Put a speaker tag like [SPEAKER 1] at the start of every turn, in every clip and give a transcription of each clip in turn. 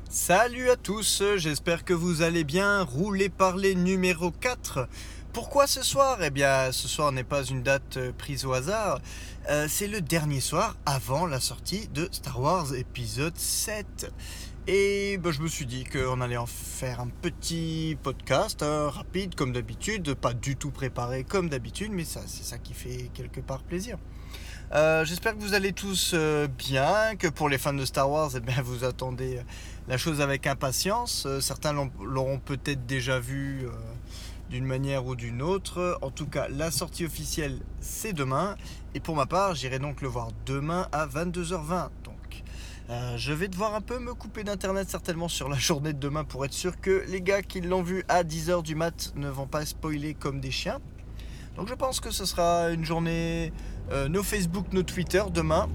[SPEAKER 1] Salut à tous, j'espère que vous allez bien. Roulez parler numéro 4. Pourquoi ce soir? Eh bien, ce soir n'est pas une date prise au hasard. C'est le dernier soir avant la sortie de Star Wars épisode 7. Et je me suis dit qu'on allait en faire un petit podcast rapide comme d'habitude, pas du tout préparé comme d'habitude, mais c'est ça qui fait quelque part plaisir. J'espère que vous allez tous bien, que pour les fans de Star Wars, eh bien, vous attendez la chose avec impatience. Certains l'auront peut-être déjà vu d'une manière ou d'une autre. En tout cas, la sortie officielle, c'est demain. Et pour ma part, j'irai donc le voir demain à 22h20. Donc, je vais devoir un peu me couper d'internet certainement sur la journée de demain pour être sûr que les gars qui l'ont vu à 10h du mat ne vont pas spoiler comme des chiens. Donc je pense que ce sera une journée no Facebook, no Twitter demain.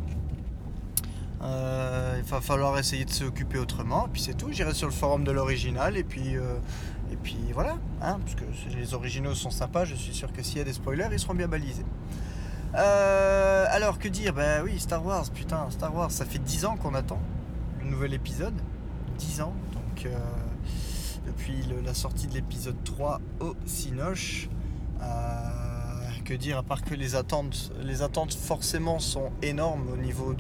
[SPEAKER 1] Il va falloir essayer de s'occuper autrement. Et puis c'est tout, j'irai sur le forum de l'original. Et puis voilà, hein, parce que les originaux sont sympas. Je suis sûr que s'il y a des spoilers, ils seront bien balisés. Alors que dire? Oui, Star Wars, putain, Star Wars, ça fait 10 ans qu'on attend le nouvel épisode. 10 ans, donc depuis la sortie de l'épisode 3 au Cinoche. Que dire, à part que les attentes forcément sont énormes au niveau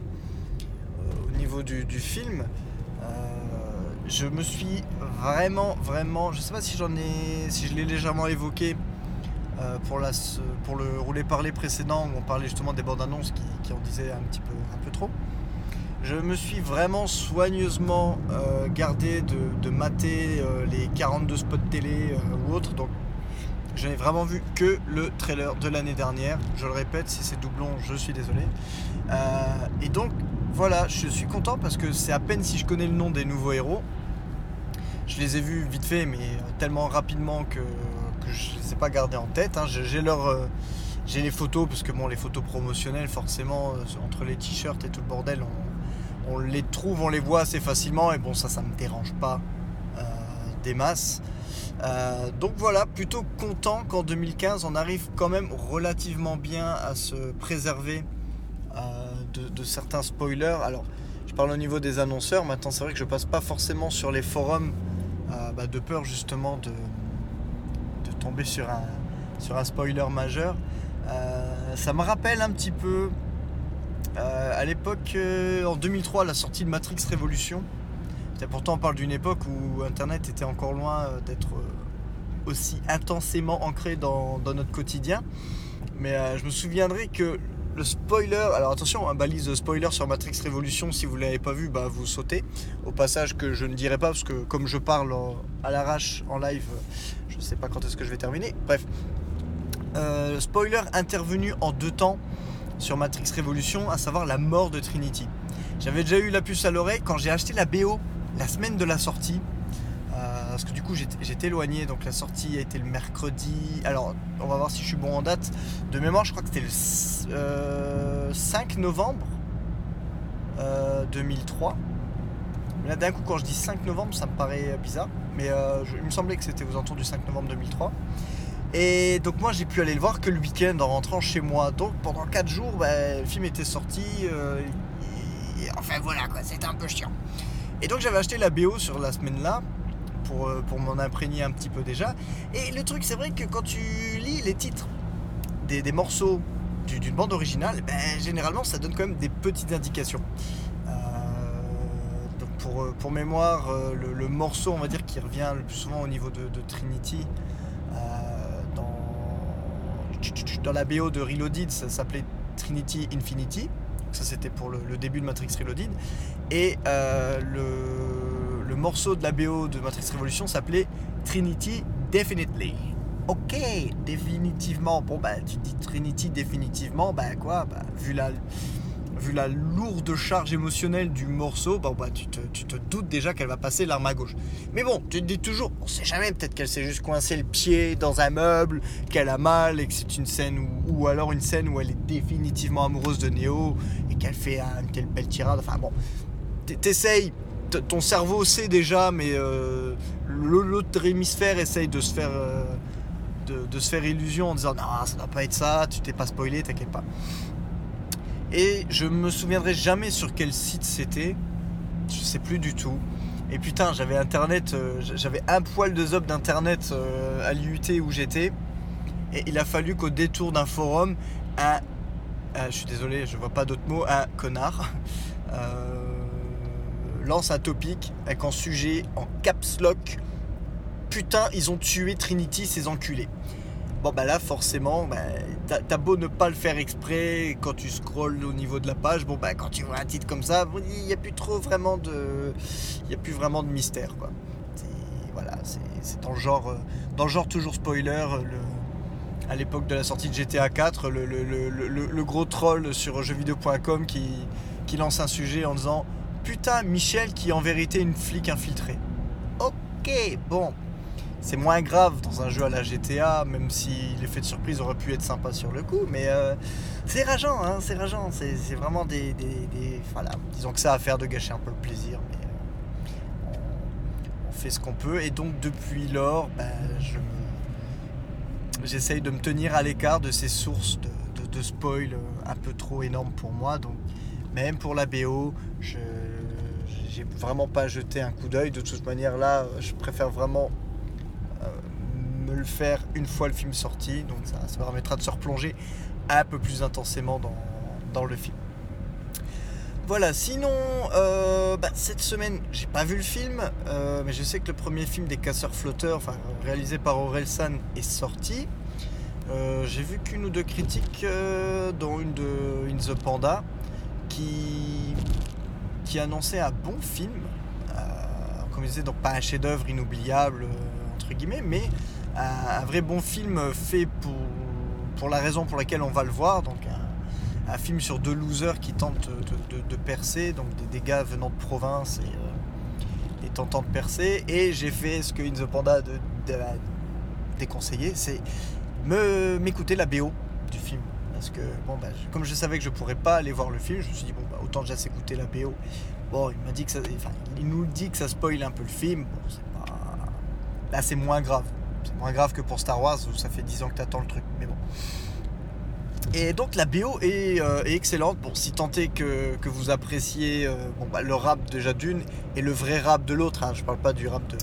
[SPEAKER 1] du film. Je me suis vraiment, je sais pas si je l'ai légèrement évoqué pour le roulé parler précédent où on parlait justement des bandes annonces qui en disaient un peu trop. Je me suis vraiment soigneusement gardé de mater les 42 spots télé ou autres, donc je n'ai vraiment vu que le trailer de l'année dernière. Je le répète, si c'est doublon, je suis désolé. Et donc, voilà, je suis content parce que c'est à peine si je connais le nom des nouveaux héros. Je les ai vus vite fait, mais tellement rapidement que je ne les ai pas gardés en tête. Hein. J'ai les photos, parce que les photos promotionnelles, forcément, entre les t-shirts et tout le bordel, on les trouve, on les voit assez facilement. Et bon, ça me dérange pas des masses. Donc voilà, plutôt content qu'en 2015 on arrive quand même relativement bien à se préserver de certains spoilers. Alors je parle au niveau des annonceurs, maintenant c'est vrai que je passe pas forcément sur les forums de peur justement de tomber sur un spoiler majeur. Ça me rappelle un petit peu à l'époque en 2003 la sortie de Matrix Révolution. Pourtant on parle d'une époque où Internet était encore loin d'être aussi intensément ancré dans notre quotidien. Mais je me souviendrai que le spoiler... Alors attention, balise de spoiler sur Matrix Révolution, si vous ne l'avez pas vu, vous sautez. Au passage que je ne dirai pas, parce que comme je parle à l'arrache en live, je ne sais pas quand est-ce que je vais terminer. Bref, spoiler intervenu en 2 temps sur Matrix Révolution, à savoir la mort de Trinity. J'avais déjà eu la puce à l'oreille quand j'ai acheté la BO la semaine de la sortie, parce que du coup j'étais éloigné, donc la sortie a été le mercredi. Alors on va voir si je suis bon en date. De mémoire je crois que c'était le 5 novembre 2003. Mais là d'un coup quand je dis 5 novembre ça me paraît bizarre, mais il me semblait que c'était aux alentours du 5 novembre 2003. Et donc moi j'ai pu aller le voir que le week-end en rentrant chez moi. Donc pendant 4 jours le film était sorti, enfin voilà quoi, c'était un peu chiant. Et donc j'avais acheté la BO sur la semaine là pour m'en imprégner un petit peu déjà. Et le truc c'est vrai que quand tu lis les titres des morceaux d'une bande originale, généralement ça donne quand même des petites indications. Donc pour mémoire, le morceau on va dire qui revient le plus souvent au niveau de Trinity dans la BO de Reloaded, ça s'appelait Trinity Infinity. Ça c'était pour le début de Matrix Reloaded. Et le morceau de la BO de Matrix Revolution s'appelait Trinity Definitely. Ok, définitivement. Bon tu dis Trinity définitivement, vu la lourde charge émotionnelle du morceau, tu te doutes déjà qu'elle va passer l'arme à gauche. Mais bon, tu te dis toujours, on sait jamais, peut-être qu'elle s'est juste coincé le pied dans un meuble, qu'elle a mal, et que c'est une scène ou alors une scène où elle est définitivement amoureuse de Neo et qu'elle fait une telle belle tirade. Enfin bon, t'essayes, ton cerveau sait déjà, mais l'autre hémisphère essaye de se faire illusion en disant non, ça doit pas être ça, tu t'es pas spoilé, t'inquiète pas. Et je me souviendrai jamais sur quel site c'était, je sais plus du tout. Et putain, j'avais internet, j'avais un poil de zob d'internet à l'IUT où j'étais. Et il a fallu qu'au détour d'un forum, je suis désolé, je vois pas d'autres mots, un connard lance un topic avec en sujet, en caps lock, putain, ils ont tué Trinity, ces enculés. Bon bah là forcément, t'as beau ne pas le faire exprès, quand tu scrolles au niveau de la page, bon bah quand tu vois un titre comme ça, il n'y a plus vraiment de mystère quoi. C'est dans le genre toujours spoiler. À l'époque de la sortie de GTA 4, le gros troll sur jeuxvideo.com qui lance un sujet en disant putain, Michel qui est en vérité une flic infiltrée. Ok, bon. C'est moins grave dans un jeu à la GTA, même si l'effet de surprise aurait pu être sympa sur le coup, mais c'est rageant, hein, c'est rageant. C'est vraiment des voilà, disons que ça à faire de gâcher un peu le plaisir, mais on fait ce qu'on peut. Et donc depuis lors, j'essaye de me tenir à l'écart de ces sources de spoil un peu trop énormes pour moi. Donc même pour la BO, j'ai vraiment pas jeté un coup d'œil. De toute manière là, je préfère vraiment me le faire une fois le film sorti, donc ça permettra de se replonger un peu plus intensément dans le film. Voilà, sinon cette semaine j'ai pas vu le film, mais je sais que le premier film des Casseurs Flotteurs, réalisé par Orelsan, est sorti. J'ai vu qu'une ou deux critiques, dont une de In the Panda qui annonçait un bon film, comme je disais, donc pas un chef-d'œuvre inoubliable entre guillemets, mais un vrai bon film fait pour la raison pour laquelle on va le voir, donc un film sur deux losers qui tentent de percer, donc des gars venant de province et tentant de percer. Et j'ai fait ce que In the Panda a déconseillé, c'est m'écouter la BO du film, parce que comme je savais que je pourrais pas aller voir le film, je me suis dit autant déjà s'écouter la BO. Bon, il m'a dit que il nous dit que ça spoil un peu le film. Bon, là c'est moins grave. C'est moins grave que pour Star Wars où ça fait 10 ans que t'attends le truc, mais bon. Et donc la BO est excellente. Bon, si tant est que vous appréciez le rap déjà d'une et le vrai rap de l'autre, hein. Je parle pas du rap de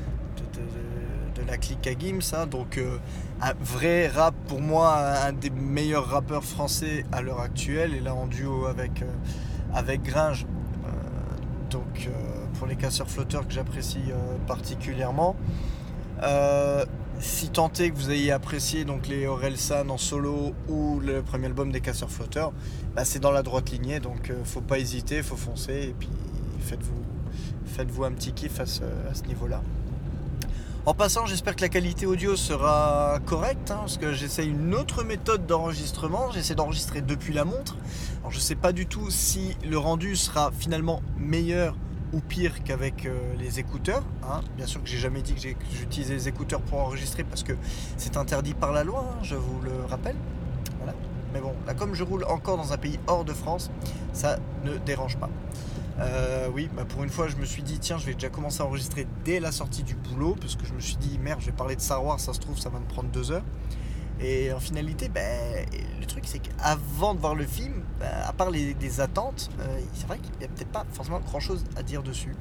[SPEAKER 1] la clique à Gims, hein. Donc un vrai rap, pour moi, un des meilleurs rappeurs français à l'heure actuelle, et là en duo avec Gringe, donc pour les Casseurs Flotteurs que j'apprécie particulièrement. Si tant est que vous ayez apprécié donc les Orelsan en solo ou le premier album des Casseurs Flotteurs, c'est dans la droite lignée, donc faut pas hésiter, faut foncer, et puis faites-vous un petit kiff à ce niveau-là. En passant, j'espère que la qualité audio sera correcte, hein, parce que j'essaie une autre méthode d'enregistrement. J'essaie d'enregistrer depuis la montre. Alors je sais pas du tout si le rendu sera finalement meilleur ou pire qu'avec les écouteurs, hein. Bien sûr que j'ai jamais dit que j'utilisais les écouteurs pour enregistrer, parce que c'est interdit par la loi, hein, je vous le rappelle. Voilà. Mais bon, là comme je roule encore dans un pays hors de France, ça ne dérange pas. Oui, pour une fois je me suis dit tiens, je vais déjà commencer à enregistrer dès la sortie du boulot, parce que je me suis dit merde, je vais parler de Star Wars, ça se trouve ça va me prendre 2 heures. Et en finalité, le truc c'est qu'avant de voir le film, à part des attentes, c'est vrai qu'il n'y a peut-être pas forcément grand chose à dire dessus.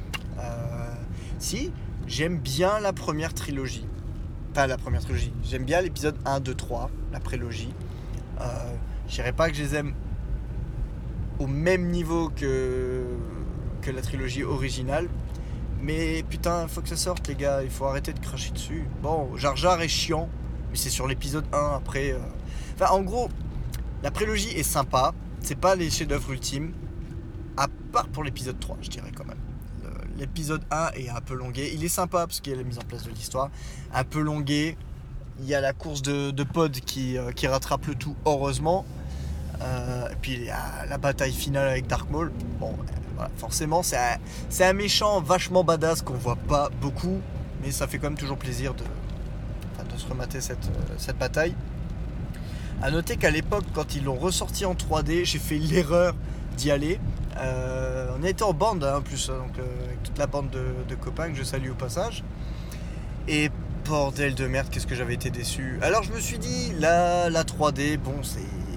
[SPEAKER 1] Si, j'aime bien la première trilogie. Pas la première trilogie, j'aime bien l'épisode 1, 2, 3, la prélogie. Je dirais pas que je les aime au même niveau que la trilogie originale, mais putain, faut que ça sorte les gars, il faut arrêter de cracher dessus. Bon, Jar Jar est chiant, mais c'est sur l'épisode 1 après. En gros, la prélogie est sympa, c'est pas les chefs-d'œuvre ultimes, à part pour l'épisode 3, je dirais quand même. L'épisode 1 est un peu longué, il est sympa parce qu'il y a la mise en place de l'histoire, un peu longué. Il y a la course de pod qui rattrape le tout, heureusement. Et puis il y a la bataille finale avec Dark Maul. Bon, voilà, forcément, c'est un méchant vachement badass qu'on voit pas beaucoup, mais ça fait quand même toujours plaisir de se remater cette bataille. A noter qu'à l'époque, quand ils l'ont ressorti en 3D, j'ai fait l'erreur d'y aller. On était en bande, hein, en plus, donc avec toute la bande de copains que je salue au passage. Et bordel de merde, qu'est-ce que j'avais été déçu. Alors je me suis dit, la 3D, bon,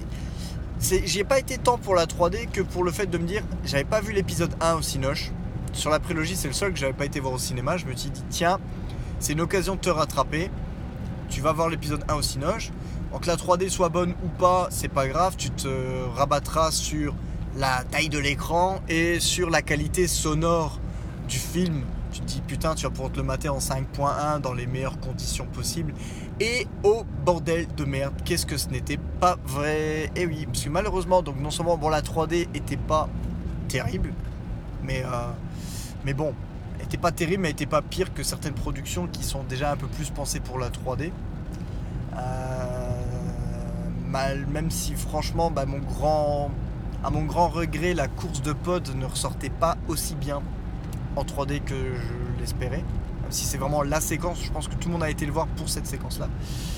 [SPEAKER 1] j'y ai pas été tant pour la 3D que pour le fait de me dire, j'avais pas vu l'épisode 1 au Cinoche, sur la prélogie, c'est le seul que j'avais pas été voir au cinéma. Je me suis dit, tiens, c'est une occasion de te rattraper. Tu vas voir l'épisode 1 au Cinoche. Donc que la 3D soit bonne ou pas, c'est pas grave. Tu te rabattras sur la taille de l'écran et sur la qualité sonore du film. Tu te dis, putain, tu vas pouvoir te le mater en 5.1 dans les meilleures conditions possibles. Et oh bordel de merde, qu'est-ce que ce n'était pas vrai. Et oui, parce que malheureusement, donc non seulement la 3D était pas terrible, mais bon, elle était pas terrible, mais elle était pas pire que certaines productions qui sont déjà un peu plus pensées pour la 3D. Même si franchement, à mon grand regret, la course de pod ne ressortait pas aussi bien en 3D que je l'espérais. Même si c'est vraiment la séquence, je pense que tout le monde a été le voir pour cette séquence-là.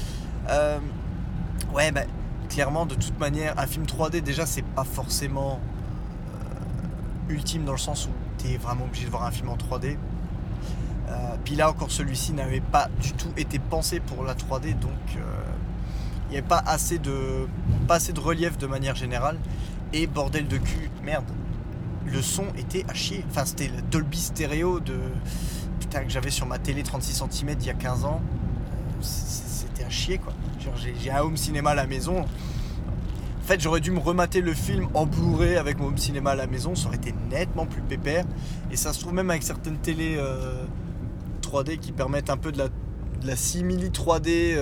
[SPEAKER 1] Clairement, de toute manière, un film 3D, déjà, c'est pas forcément ultime dans le sens où t'es vraiment obligé de voir un film en 3D. Puis là encore, celui-ci n'avait pas du tout été pensé pour la 3D, donc il n'y avait pas assez de relief de manière générale. Et bordel de cul, merde, le son était à chier. Enfin, c'était le Dolby Stereo que j'avais sur ma télé 36 cm il y a 15 ans. C'était à chier, quoi. Genre, j'ai un home cinéma à la maison. En fait, j'aurais dû me remater le film en Blu-ray avec mon home cinéma à la maison. Ça aurait été nettement plus pépère. Et ça se trouve même avec certaines télés 3D qui permettent un peu de la simili 3D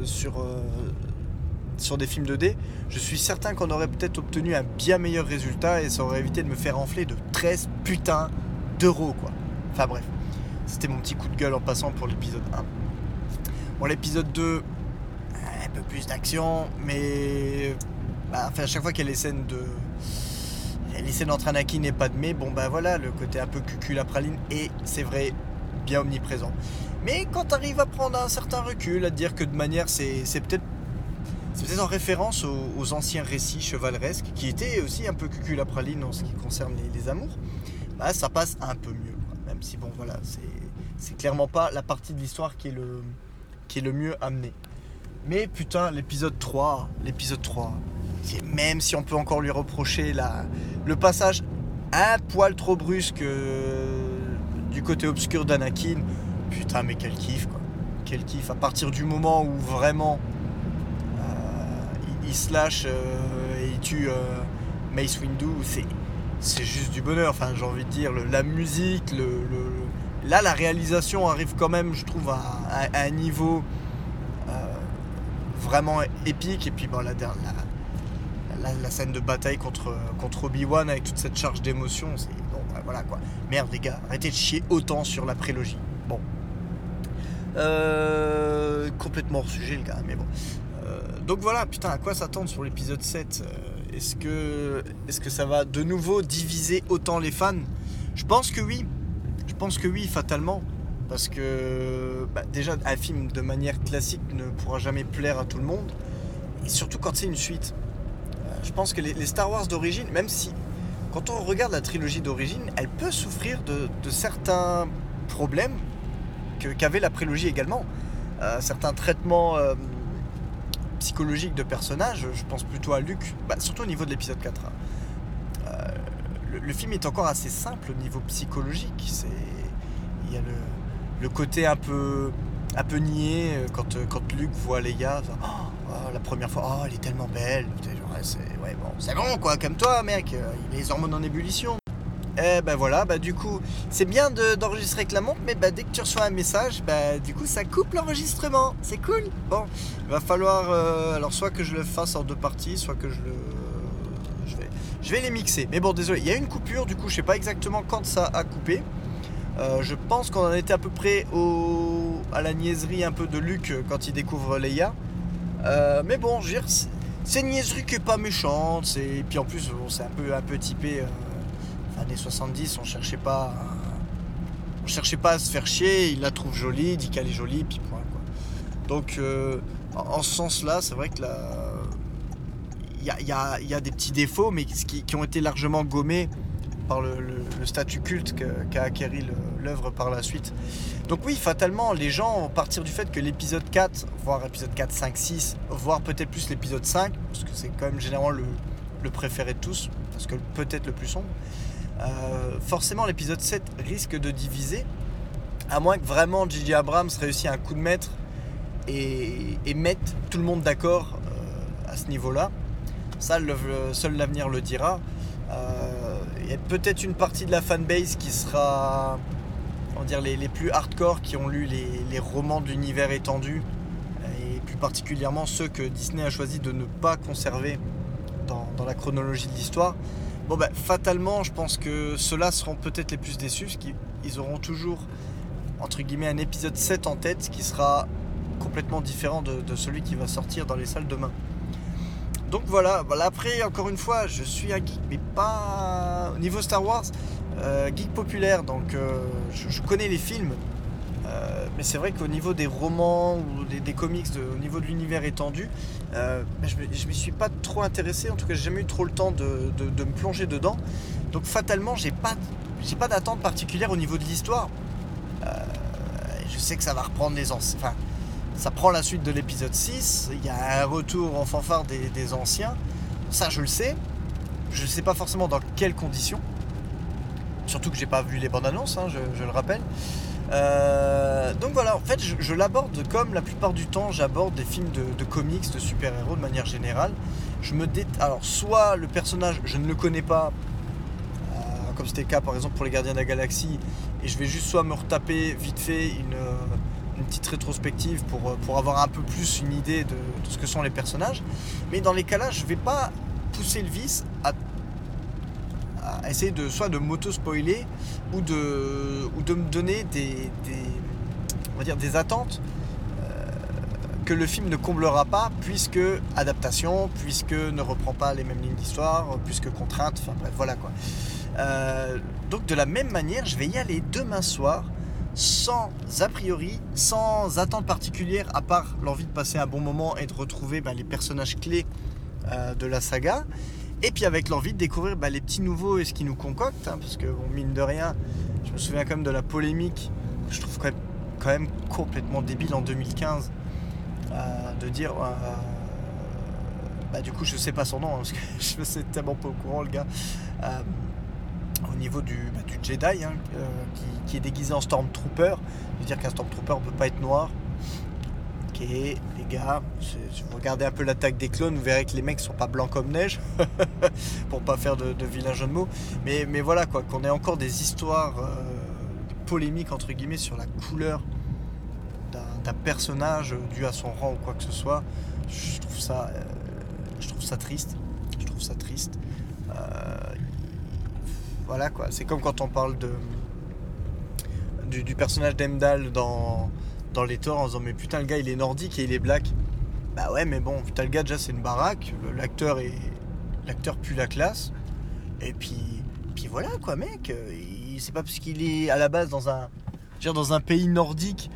[SPEAKER 1] sur des films 2D. Je suis certain qu'on aurait peut-être obtenu un bien meilleur résultat et ça aurait évité de me faire enfler de 13 putains d'euros, quoi. Enfin bref, c'était mon petit coup de gueule en passant pour l'épisode 1. Bon, l'épisode 2, un peu plus d'action, mais à chaque fois qu'il y a les scènes entre Anakin et Padmé, voilà, le côté un peu cucul à praline, et c'est vrai, bien omniprésent. Mais quand tu arrives à prendre un certain recul, à te dire que de manière, c'est peut-être en référence aux anciens récits chevaleresques, qui étaient aussi un peu cucul à praline en ce qui concerne les amours, ça passe un peu mieux, quoi. Même si c'est clairement pas la partie de l'histoire qui est le mieux amenée. Mais putain, l'épisode 3, même si on peut encore lui reprocher le passage un poil trop brusque du côté obscur d'Anakin, putain, mais quel kiff, quoi. Quel kiff. À partir du moment où vraiment il se lâche et il tue Mace Windu, c'est juste du bonheur. Enfin, j'ai envie de dire, la musique, là, la réalisation arrive quand même, je trouve, à un niveau vraiment épique. Et puis la scène de bataille contre Obi-Wan avec toute cette charge d'émotion, voilà, quoi. Merde, les gars, arrêtez de chier autant sur la prélogie. Bon, complètement hors sujet, le gars, mais bon. Donc voilà, putain, à quoi s'attendre sur l'épisode 7 ? Est-ce que ça va de nouveau diviser autant les fans ? Je pense que oui, fatalement. Parce que déjà, un film de manière classique ne pourra jamais plaire à tout le monde. Et surtout quand c'est une suite. Je pense que les Star Wars d'origine, même si quand on regarde la trilogie d'origine, elle peut souffrir de certains problèmes qu'avait la prélogie également. Certains traitements psychologiques de personnages, je pense plutôt à Luke, surtout au niveau de l'épisode 4. Le film est encore assez simple au niveau psychologique. Il y a le côté un peu niais quand Luke voit Leia, la première fois, elle est tellement belle, c'est bon, quoi, comme toi, mec, il a les hormones en ébullition. Et voilà, du coup, c'est bien d'enregistrer avec la montre, mais dès que tu reçois un message, du coup, ça coupe l'enregistrement. C'est cool. Bon, il va falloir, alors soit que je le fasse en 2 parties, soit que je vais les mixer. Mais bon, désolé, il y a une coupure, du coup, je sais pas exactement quand ça a coupé. Je pense qu'on en était à peu près à la niaiserie un peu de Luke quand il découvre Leia. Mais bon, je veux dire, c'est une niaiserie qui est pas méchante. Et puis en plus, c'est un peu typé années 70. On cherchait pas à se faire chier. Il la trouve jolie, il dit qu'elle est jolie, puis point, quoi. Donc en ce sens-là, c'est vrai que il y a des petits défauts, mais qui ont été largement gommés par le statut culte qu'a acquéri l'œuvre par la suite. Donc oui, fatalement, les gens, à partir du fait que l'épisode 4, voire épisode 4, 5, 6, voire peut-être plus l'épisode 5, parce que c'est quand même généralement le préféré de tous, parce que peut-être le plus sombre, Forcément l'épisode 7 risque de diviser, à moins que vraiment J.J. Abrams réussisse un coup de maître et mette tout le monde d'accord à ce niveau-là. Ça, seul l'avenir le dira. Il y a peut-être une partie de la fanbase qui sera, on va dire, les plus hardcore, qui ont lu les romans de l'univers étendu, et plus particulièrement ceux que Disney a choisi de ne pas conserver dans la chronologie de l'histoire. Bon ben, fatalement, je pense que ceux-là seront peut-être les plus déçus, parce qu'ils auront toujours, entre guillemets, un épisode 7 en tête qui sera complètement différent de celui qui va sortir dans les salles demain. Donc voilà, après, encore une fois, je suis un geek, mais pas au niveau Star Wars, geek populaire, donc je connais les films, mais c'est vrai qu'au niveau des romans ou des comics, au niveau de l'univers étendu, je ne m'y suis pas trop intéressé. En tout cas, j'ai jamais eu trop le temps de me plonger dedans. Donc fatalement, j'ai pas d'attente particulière au niveau de l'histoire. Je sais que ça va reprendre les anciens. Enfin, ça prend la suite de l'épisode 6. Il y a un retour en fanfare des anciens. Ça, je le sais. Je ne sais pas forcément dans quelles conditions. Surtout que j'ai pas vu les bandes annonces, hein, je le rappelle. Donc voilà, en fait je l'aborde comme la plupart du temps j'aborde des films de comics, de super-héros de manière générale. Alors soit le personnage je ne le connais pas, comme c'était le cas par exemple pour les Gardiens de la Galaxie, et je vais juste soit me retaper vite fait une petite rétrospective pour avoir un peu plus une idée de ce que sont les personnages, mais dans les cas là je vais pas pousser le vice à essayer soit de m'auto-spoiler ou de me donner on va dire des attentes que le film ne comblera pas, puisque adaptation, puisque ne reprend pas les mêmes lignes d'histoire, puisque contrainte, enfin bref, voilà quoi. Donc de la même manière, je vais y aller demain soir, sans a priori, sans attente particulière, à part l'envie de passer un bon moment et de retrouver les personnages clés de la saga. Et puis avec l'envie de découvrir les petits nouveaux et ce qu'ils nous concoctent, hein, parce que bon, mine de rien, je me souviens quand même de la polémique, que je trouve quand même complètement débile en 2015, de dire, du coup je sais pas son nom, hein, parce que je sais tellement pas au courant le gars, au niveau du Jedi, hein, qui est déguisé en Stormtrooper. Je veux dire qu'un Stormtrooper ne peut pas être noir. Ok, les gars, si vous regardez un peu l'attaque des clones, vous verrez que les mecs sont pas blancs comme neige, pour pas faire de vilains jeux de mots. Mais voilà quoi, qu'on ait encore des histoires polémiques entre guillemets sur la couleur d'un personnage dû à son rang ou quoi que ce soit. Je trouve ça triste. Voilà quoi, c'est comme quand on parle du personnage d'Heimdall dans les Thor, en disant mais putain le gars il est nordique et il est black. Bah ouais, mais bon, putain le gars déjà c'est une baraque, l'acteur pue la classe, et puis voilà quoi mec, c'est pas parce qu'il est à la base dans un pays nordique,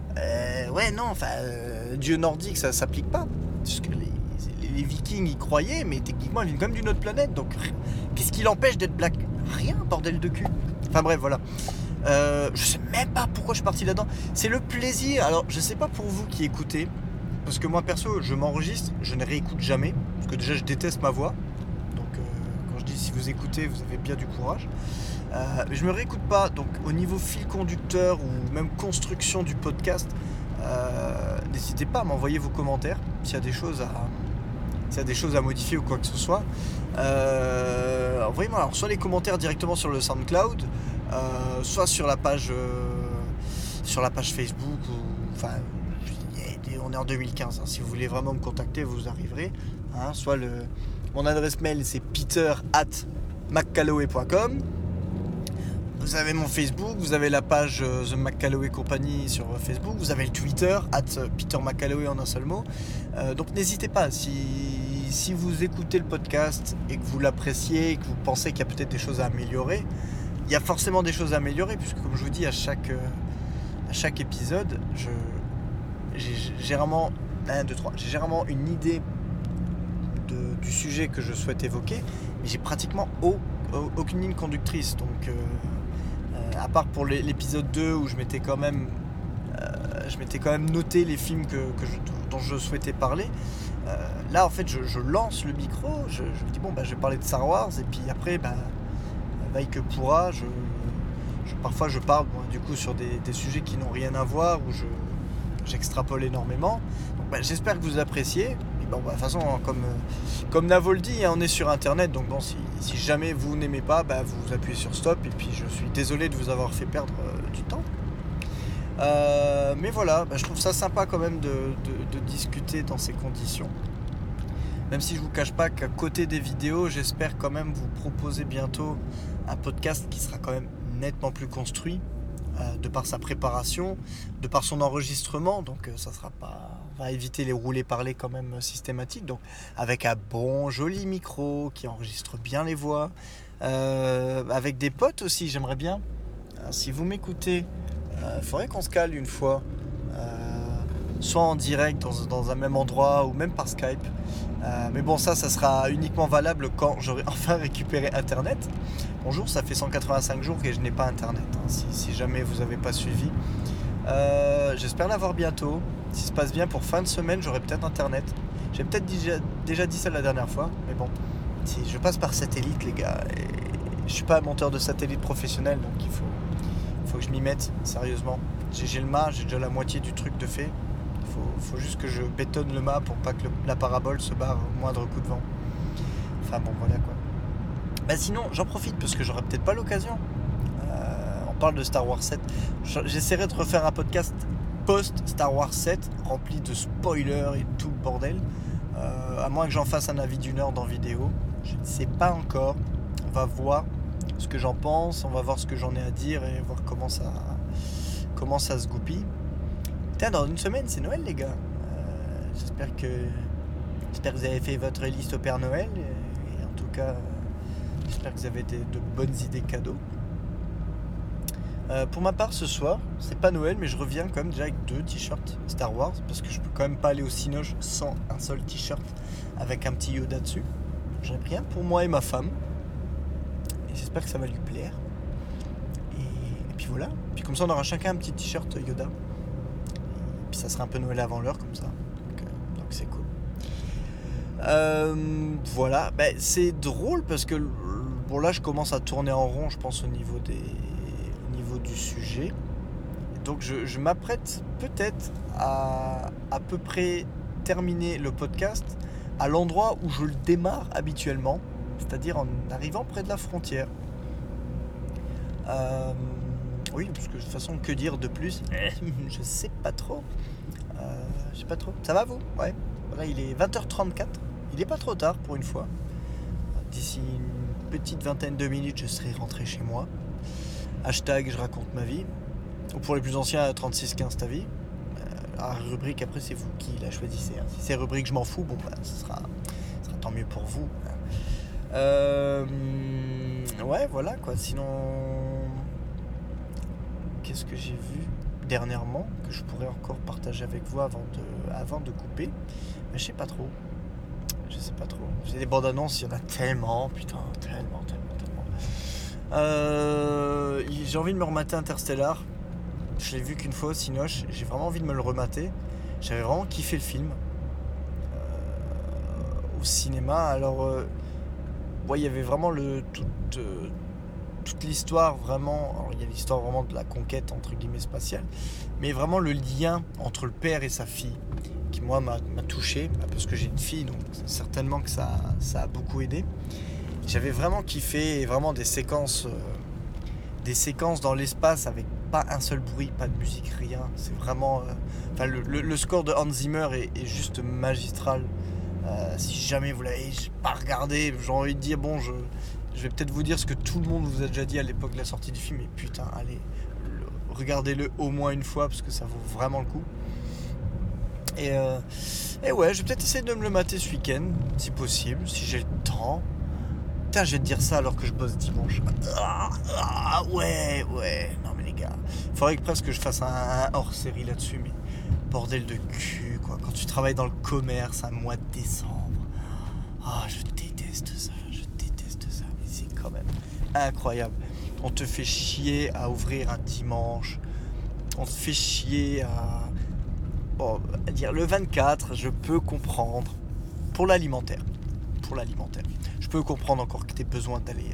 [SPEAKER 1] dieu nordique ça s'applique pas, parce que les Vikings y croyaient, mais techniquement ils viennent quand même d'une autre planète, donc qu'est-ce qui l'empêche d'être black? Rien, bordel de cul. Enfin bref, voilà. Je sais même pas pourquoi je suis parti là-dedans. C'est le plaisir. Alors, je sais pas pour vous qui écoutez, parce que moi perso, je m'enregistre, je ne réécoute jamais, parce que déjà je déteste ma voix. Donc, quand je dis si vous écoutez, vous avez bien du courage. Mais je me réécoute pas. Donc, au niveau fil conducteur ou même construction du podcast, n'hésitez pas à m'envoyer vos commentaires s'il y a des choses à modifier ou quoi que ce soit. Envoyez-moi alors soit les commentaires directement sur le SoundCloud, soit sur la page Facebook, enfin on est en 2015, hein, si vous voulez vraiment me contacter vous arriverez, hein, soit mon adresse mail c'est peter@mccalloway.com. Vous avez mon Facebook, vous avez la page The McCalloway Company sur Facebook, vous avez le Twitter @PeterMcCalloway en un seul mot. Donc n'hésitez pas, si vous écoutez le podcast et que vous l'appréciez et que vous pensez qu'il y a peut-être des choses à améliorer, il y a forcément des choses à améliorer, puisque comme je vous dis à chaque épisode, j'ai généralement une idée du sujet que je souhaite évoquer, mais j'ai pratiquement aucune ligne conductrice. Donc à part pour l'épisode 2 où je m'étais quand même noté les films dont je souhaitais parler, là en fait je lance le micro, je me dis je vais parler de Star Wars, et puis après vaille que pourra. Parfois je parle du coup sur des sujets qui n'ont rien à voir, où j'extrapole énormément. Donc, j'espère que vous appréciez. Et de toute façon, comme Navo le dit, on est sur internet, donc bon, si jamais vous n'aimez pas, vous appuyez sur stop, et puis je suis désolé de vous avoir fait perdre du temps. Mais voilà, je trouve ça sympa quand même de discuter dans ces conditions. Même si je vous cache pas qu'à côté des vidéos, j'espère quand même vous proposer bientôt un podcast qui sera quand même nettement plus construit, de par sa préparation, de par son enregistrement. Donc ça sera pas, on va éviter les roulés-parlers quand même systématiques. Donc avec un bon joli micro qui enregistre bien les voix, avec des potes aussi, j'aimerais bien. Alors, si vous m'écoutez, faudrait qu'on se cale une fois, soit en direct dans un même endroit ou même par Skype. Mais bon, ça sera uniquement valable quand j'aurai enfin récupéré internet. Bonjour, ça fait 185 jours que je n'ai pas internet, si jamais vous n'avez pas suivi. J'espère l'avoir bientôt. Si ça se passe bien, pour fin de semaine, j'aurai peut-être internet. J'ai peut-être déjà dit ça la dernière fois, mais bon, si je passe par satellite, les gars, et je suis pas un monteur de satellite professionnel, donc il faut que je m'y mette sérieusement. J'ai le mât, j'ai déjà la moitié du truc de fait. Faut juste que je bétonne le mât pour pas que la parabole se barre au moindre coup de vent. Enfin bon, voilà quoi. Sinon, j'en profite parce que j'aurai peut-être pas l'occasion. On parle de Star Wars 7. J'essaierai de refaire un podcast post-Star Wars 7 rempli de spoilers et tout le bordel. À moins que j'en fasse un avis d'1 heure dans vidéo. Je ne sais pas encore. On va voir ce que j'en pense. On va voir ce que j'en ai à dire et voir comment ça se goupille. Putain, dans une semaine, c'est Noël, les gars. J'espère que vous avez fait votre liste au Père Noël. Et en tout cas, j'espère que vous avez de bonnes idées cadeaux. Pour ma part, ce soir, c'est pas Noël, mais je reviens quand même déjà avec 2 t-shirts Star Wars, parce que je peux quand même pas aller au Cinoche sans un seul t-shirt avec un petit Yoda dessus. J'en ai pris un pour moi et ma femme. Et j'espère que ça va lui plaire. Et puis voilà. Puis comme ça, on aura chacun un petit t-shirt Yoda. Puis ça sera un peu Noël avant l'heure comme ça, donc c'est cool. Voilà, c'est drôle parce que bon, là je commence à tourner en rond, je pense, au niveau du sujet. Donc je m'apprête peut-être à peu près terminer le podcast à l'endroit où je le démarre habituellement, c'est-à-dire en arrivant près de la frontière. Oui, parce que de toute façon, que dire de plus? Je sais pas trop. Ça va vous? Ouais. Voilà, il est 20h34. Il est pas trop tard pour une fois. D'ici une petite vingtaine de minutes, je serai rentré chez moi. Hashtag je raconte ma vie. Ou pour les plus anciens, 3615 ta vie. La rubrique, après, c'est vous qui la choisissez. Si c'est rubrique je m'en fous, bon, ce sera tant mieux pour vous. Ouais, voilà quoi. Sinon, qu'est-ce que j'ai vu dernièrement que je pourrais encore partager avec vous avant de couper? Mais je sais pas trop. J'ai des bandes annonces, il y en a tellement, putain, tellement. J'ai envie de me remater Interstellar. Je l'ai vu qu'une fois au Cinoche. J'ai vraiment envie de me le remater. J'avais vraiment kiffé le film au cinéma. Alors, il y avait vraiment toute l'histoire vraiment. Alors, il y a l'histoire vraiment de la conquête entre guillemets spatiale, mais vraiment le lien entre le père et sa fille qui moi m'a touché, parce que j'ai une fille, donc certainement que ça a beaucoup aidé. J'avais vraiment kiffé, et vraiment des séquences dans l'espace avec pas un seul bruit, pas de musique, rien. C'est vraiment le score de Hans Zimmer est juste magistral. Si jamais vous l'avez pas regardé, j'ai envie de dire bon, je vais peut-être vous dire ce que tout le monde vous a déjà dit à l'époque de la sortie du film, mais putain, allez, regardez-le au moins une fois parce que ça vaut vraiment le coup. Et ouais, je vais peut-être essayer de me le mater ce week-end, si possible, si j'ai le temps. Putain, je vais te dire ça alors que je bosse dimanche. Ouais, non mais les gars, il faudrait que presque je fasse un hors-série là-dessus, mais bordel de cul, quoi. Quand tu travailles dans le commerce un mois de décembre, je déteste ça, mais c'est quand même incroyable. On te fait chier à ouvrir un dimanche, on te fait chier à... Bon, dire le 24, je peux comprendre pour l'alimentaire. Je peux comprendre encore que tu aies besoin d'aller avec.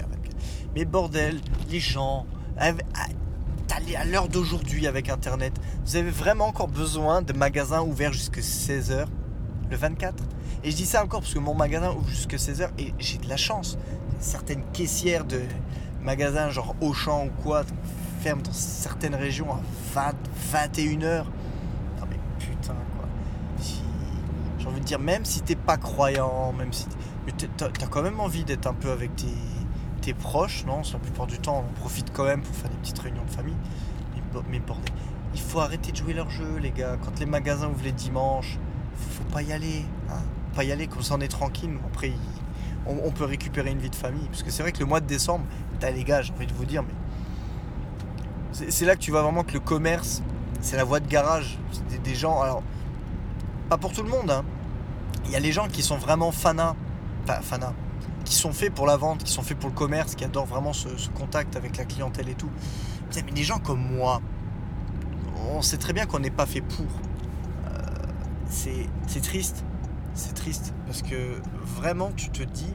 [SPEAKER 1] Mais bordel, les gens, à l'heure d'aujourd'hui avec Internet, vous avez vraiment encore besoin de magasins ouverts jusqu'à 16h le 24. Et je dis ça encore parce que mon magasin ouvre jusqu'à 16h et j'ai de la chance. Certaines caissières de magasins genre Auchan ou quoi ferment dans certaines régions à 21h. Non mais putain quoi. J'ai envie de dire, même si t'es pas croyant, même si mais t'as quand même envie d'être un peu avec tes proches, non? La plupart du temps on profite quand même pour faire des petites réunions de famille. Mais bordel, il faut arrêter de jouer leur jeu les gars. Quand les magasins ouvrent les dimanches, faut pas y aller, hein. Pas y aller, comme ça on est tranquille. Après on peut récupérer une vie de famille. Parce que c'est vrai que le mois de décembre, les gars, j'ai envie de vous dire, mais c'est là que tu vois vraiment que le commerce, c'est la voie de garage. C'est des gens, alors pas pour tout le monde, hein. Il y a les gens qui sont vraiment fanas, qui sont faits pour la vente, qui sont faits pour le commerce, qui adorent vraiment ce contact avec la clientèle et tout. Mais des gens comme moi, on sait très bien qu'on n'est pas fait pour. C'est triste. C'est triste parce que vraiment tu te dis,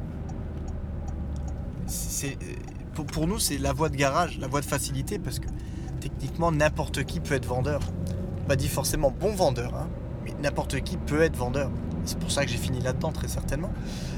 [SPEAKER 1] pour nous c'est la voie de garage, la voie de facilité, parce que techniquement n'importe qui peut être vendeur. Pas dit forcément bon vendeur, hein, mais n'importe qui peut être vendeur. C'est pour ça que j'ai fini là-dedans très certainement.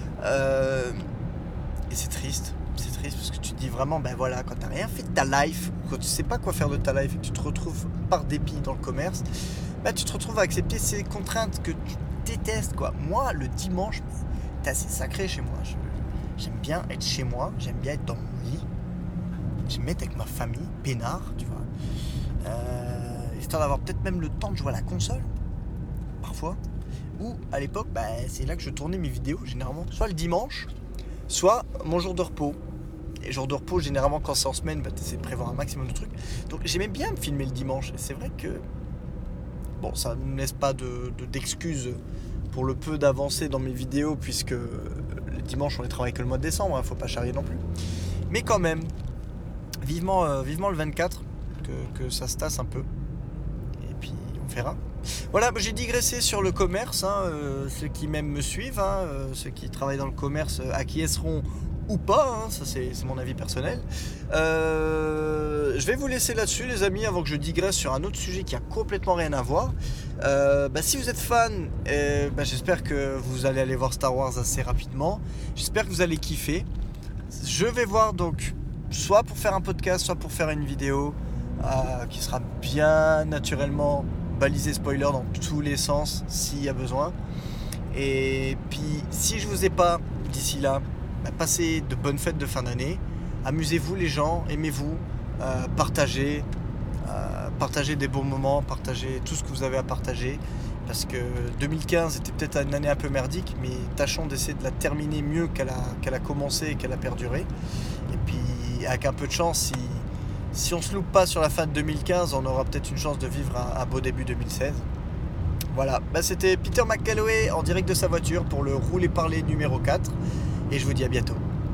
[SPEAKER 1] Et c'est triste parce que tu te dis vraiment, ben voilà, quand t'as rien fait de ta life, quand tu sais pas quoi faire de ta life et que tu te retrouves par dépit dans le commerce, ben tu te retrouves à accepter ces contraintes que tu détestes quoi. Moi le dimanche, c'est assez sacré chez moi. J'aime bien être chez moi, j'aime bien être dans mon lit, j'aime bien être avec ma famille, peinard, tu vois. Histoire d'avoir peut-être même le temps de jouer à la console, parfois. Ou à l'époque, c'est là que je tournais mes vidéos généralement, soit le dimanche, soit mon jour de repos. Et jour de repos, généralement quand c'est en semaine, tu essaies de prévoir un maximum de trucs. Donc j'aimais bien me filmer le dimanche. Et c'est vrai que bon, ça ne me laisse pas d'excuses pour le peu d'avancées dans mes vidéos, puisque le dimanche on les travaille que le mois de décembre, hein, faut pas charrier non plus. Mais quand même, vivement le 24, que ça se tasse un peu. Et puis on verra. Voilà, j'ai digressé sur le commerce, hein, ceux qui même me suivent, hein, ceux qui travaillent dans le commerce acquiesceront ou pas, hein, ça c'est mon avis personnel. Je vais vous laisser là-dessus les amis, avant que je digresse sur un autre sujet qui a complètement rien à voir. Si vous êtes fan, j'espère que vous allez aller voir Star Wars assez rapidement. J'espère que vous allez kiffer. Je vais voir donc, soit pour faire un podcast, soit pour faire une vidéo qui sera bien naturellement balisé spoiler dans tous les sens s'il y a besoin. Et puis si je vous ai pas d'ici là, passez de bonnes fêtes de fin d'année, amusez-vous les gens, aimez-vous, partagez des bons moments, partagez tout ce que vous avez à partager, parce que 2015 était peut-être une année un peu merdique, mais tâchons d'essayer de la terminer mieux qu'elle a commencé et qu'elle a perduré. Et puis avec un peu de chance, si on se loupe pas sur la fin de 2015, on aura peut-être une chance de vivre un beau début 2016. Voilà, c'était Peter McCalloway en direct de sa voiture pour le Rouler Parler numéro 4. Et je vous dis à bientôt.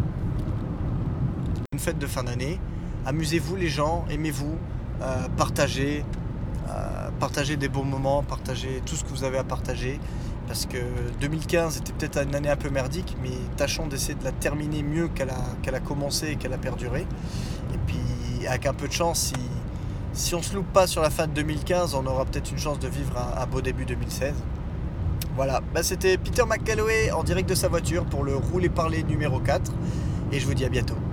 [SPEAKER 1] Une fête de fin d'année, amusez-vous les gens, aimez-vous, partagez des bons moments, partagez tout ce que vous avez à partager, parce que 2015 était peut-être une année un peu merdique, mais tâchons d'essayer de la terminer mieux qu'elle a commencé et qu'elle a perduré. Et puis avec un peu de chance, si on se loupe pas sur la fin de 2015, on aura peut-être une chance de vivre un beau début 2016. Voilà, c'était Peter McCalloway en direct de sa voiture pour le Rouler Parler numéro 4. Et je vous dis à bientôt.